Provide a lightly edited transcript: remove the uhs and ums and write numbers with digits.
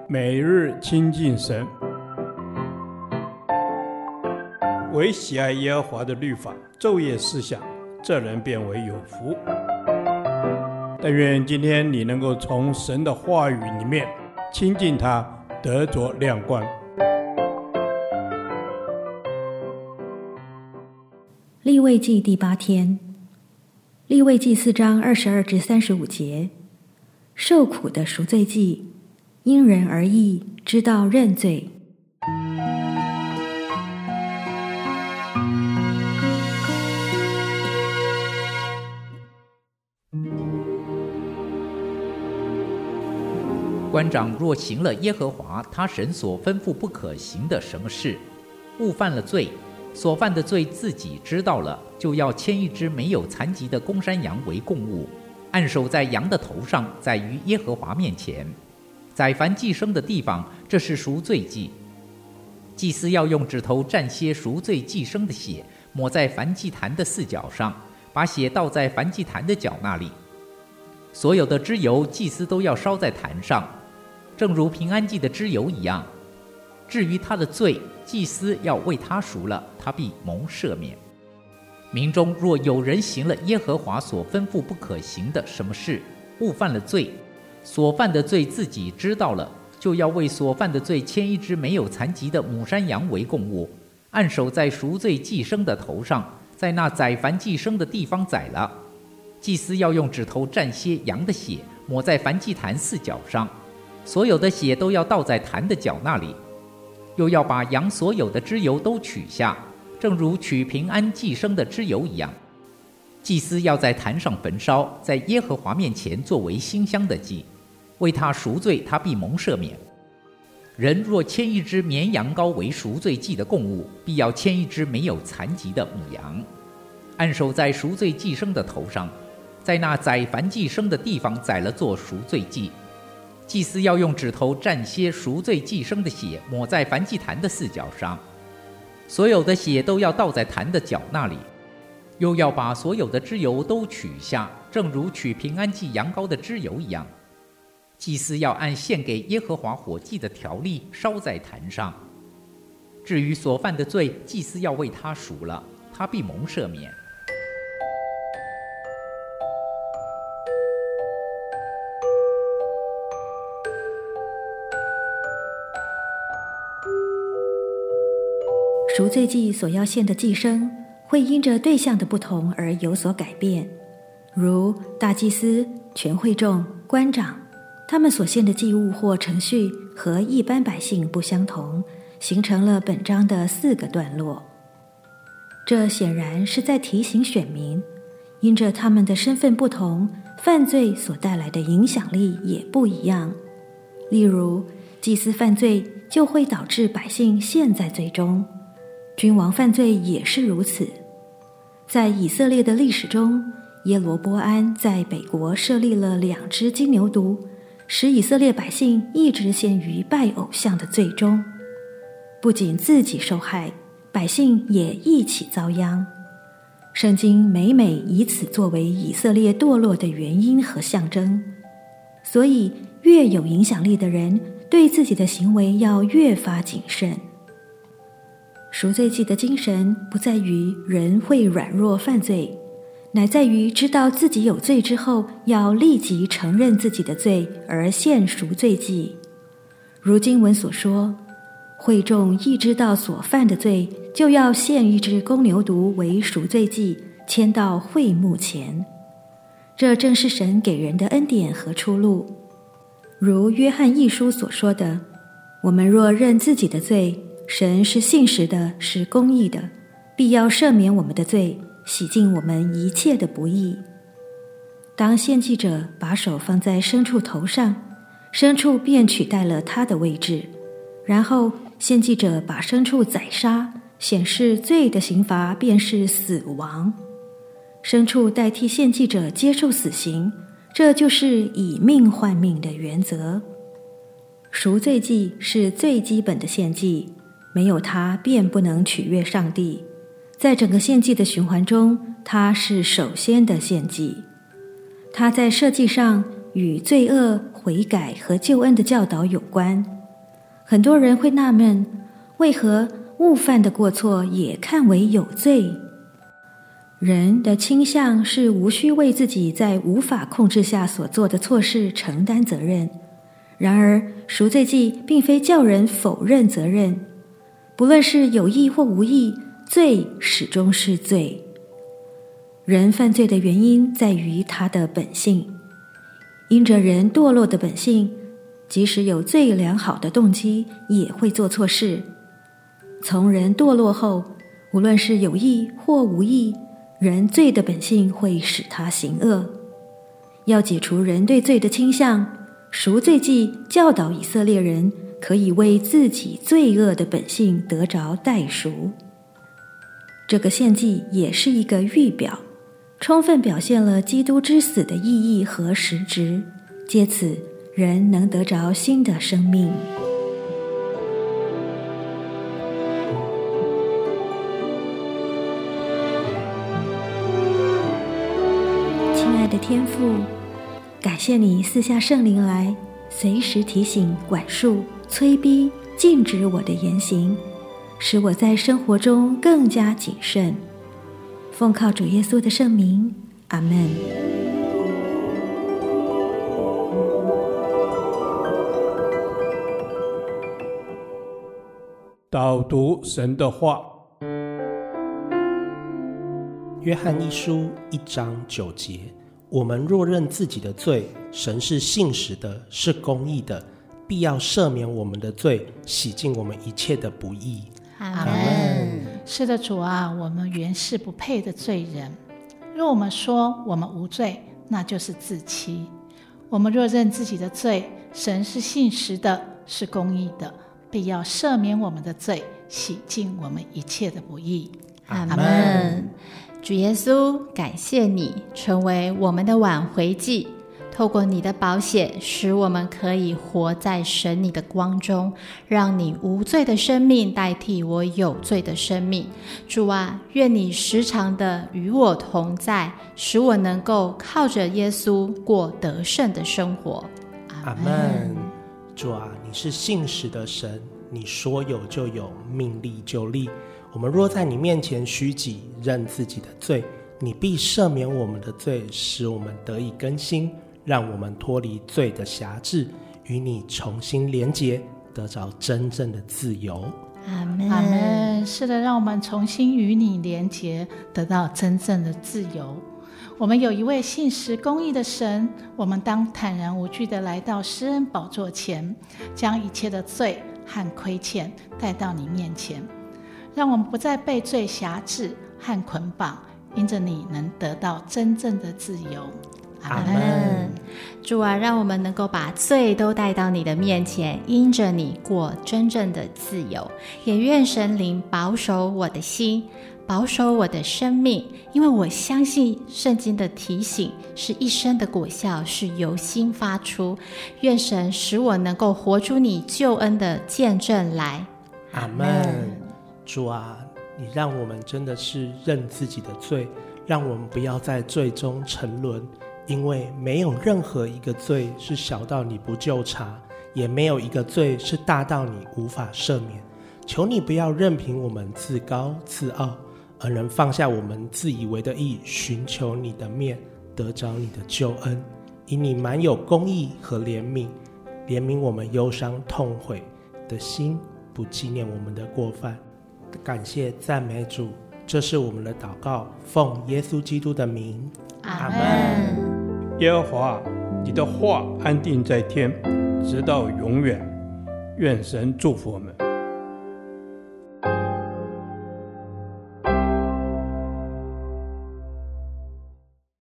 每日亲近神，唯喜爱耶和华的律法，昼夜思想，这人变为有福。但愿今天你能够从神的话语里面亲近他，得着亮光。 利未记第8天，利未记4章22至35节，受苦的赎罪祭，因人而异，知道认罪。 官长若行了耶和华他神所吩咐不可行的什么事，误犯了罪，所犯的罪自己知道了，就要牵一只没有残疾的公山羊为供物，按手在羊的头上，在于耶和华面前，在凡祭牲的地方，这是赎罪祭。祭司要用指头蘸些赎罪祭牲的血，抹在燔祭坛的4角上，把血倒在燔祭坛的角那里。所有的脂油，祭司都要烧在坛上，正如平安祭的脂油一样。至于他的罪，祭司要为他赎了，他必蒙赦免。民中若有人行了耶和华所吩咐不可行的什么事，误犯了罪，所犯的罪自己知道了，就要为所犯的罪牵一只没有残疾的母山羊为供物，按手在赎罪祭牲的头上，在那宰燔祭牲的地方宰了。祭司要用指头蘸些羊的血，抹在燔祭坛4角上，所有的血都要倒在坛的角那里。又要把羊所有的脂油都取下，正如取平安祭牲的脂油一样。祭司要在坛上焚烧，在耶和华面前作为馨香的祭，为他赎罪，他必蒙赦免。人若牵一只绵羊羔为赎罪祭的供物，必要牵一只没有残疾的母羊，按手在赎罪祭牲的头上，在那宰燔祭牲的地方宰了做赎罪祭。祭司要用指头蘸些赎罪祭牲的血，抹在燔祭坛的4角上，所有的血都要倒在坛的角那里。又要把所有的脂油都取下，正如取平安祭羊羔的脂油一样。祭司要按献给耶和华火祭的条例烧在坛上。至于所犯的罪，祭司要为他赎了，他必蒙赦免。 赎罪祭所要献的祭牲会因着对象的不同而有所改变，如大祭司、全会众、官长，他们所献的祭物或程序和一般百姓不相同，形成了本章的4个段落。这显然是在提醒选民，因着他们的身份不同，犯罪所带来的影响力也不一样。例如，祭司犯罪就会导致百姓陷在罪中，君王犯罪也是如此。在以色列的历史中，耶罗波安在北国设立了2只金牛犊，使以色列百姓一直陷于拜偶像的罪中，不仅自己受害，百姓也一起遭殃。圣经每每以此作为以色列堕落的原因和象征，所以越有影响力的人对自己的行为要越发谨慎。赎罪祭的精神不在于人会软弱犯罪，乃在于知道自己有罪之后，要立即承认自己的罪而献赎罪祭。如经文所说，会众一知道所犯的罪，就要献一只公牛犊为赎罪祭，牵到会幕前。这正是神给人的恩典和出路。如约翰一书所说的，我们若认自己的罪，神是信实的，是公义的，必要赦免我们的罪，洗净我们一切的不义。当献祭者把手放在牲畜头上，牲畜便取代了他的位置，然后献祭者把牲畜宰杀，显示罪的刑罚便是死亡。牲畜代替献祭者接受死刑，这就是以命换命的原则。赎罪祭是最基本的献祭，没有它便不能取悦上帝。在整个献祭的循环中，它是首先的献祭。它在设计上与罪恶悔改和救恩的教导有关。很多人会纳闷，为何误犯的过错也看为有罪？人的倾向是无需为自己在无法控制下所做的错事承担责任。然而，赎罪祭并非叫人否认责任，不论是有意或无意，罪始终是罪。人犯罪的原因在于他的本性，因着人堕落的本性，即使有最良好的动机，也会做错事。从人堕落后，无论是有意或无意，人罪的本性会使他行恶。要解除人对罪的倾向，赎罪祭教导以色列人可以为自己罪恶的本性得着代赎。这个献祭也是一个预表，充分表现了基督之死的意义和实质，借此人能得着新的生命。亲爱的天父，感谢你赐下圣灵来，随时提醒、管束、催逼、禁止我的言行，使我在生活中更加谨慎。奉靠主耶稣的圣名，阿们。 导读神的话。 约翰一书1章9节，我们若认自己的罪，神是信实的，是公义的，必要赦免我们的罪，洗净我们一切的不义。 阿们。是的，主啊，我们原是不配的罪人，若我们说我们无罪，那就是自欺。我们若认自己的罪，神是信实的，是公义的，必要赦免我们的罪，洗净我们一切的不义。 阿们。主耶稣，感谢你成为我们的挽回祭，透过你的宝血，使我们可以活在神你的光中，让你无罪的生命代替我有罪的生命。主啊，愿你时常的与我同在，使我能够靠着耶稣过得胜的生活。 阿们。主啊，你是信实的神，你说有就有，命立就立。我们若在你面前虚己，认自己的罪，你必赦免我们的罪，使我们得以更新，让我们脱离罪的辖制，与你重新连结，得着真正的自由。 阿们。 阿们。是的，让我们重新与你连结，得到真正的自由。我们有一位信实公义的神，我们当坦然无惧地来到施恩宝座前，将一切的罪和亏欠带到你面前，让我们不再被罪辖制和捆绑，因着你能得到真正的自由。 阿们。主啊，让我们能够把罪都带到你的面前，因着你过真正的自由。也愿神灵保守我的心，保守我的生命，因为我相信圣经的提醒是一生的果效是由心发出。愿神使我能够活出你救恩的见证来。 阿们。主啊，你让我们真的是认自己的罪，让我们不要在罪中沉沦，因为没有任何一个罪是小到你不究察，也没有一个罪是大到你无法赦免。求你不要任凭我们自高自傲，而能放下我们自以为的义，寻求你的面，得着你的救恩。因你满有公义和怜悯，怜悯我们忧伤痛悔的心，不纪念我们的过犯。感谢赞美主，这是我们的祷告，奉耶稣基督的名， 阿们。 耶和华，你的话安定在天，直到永远。愿神祝福我们。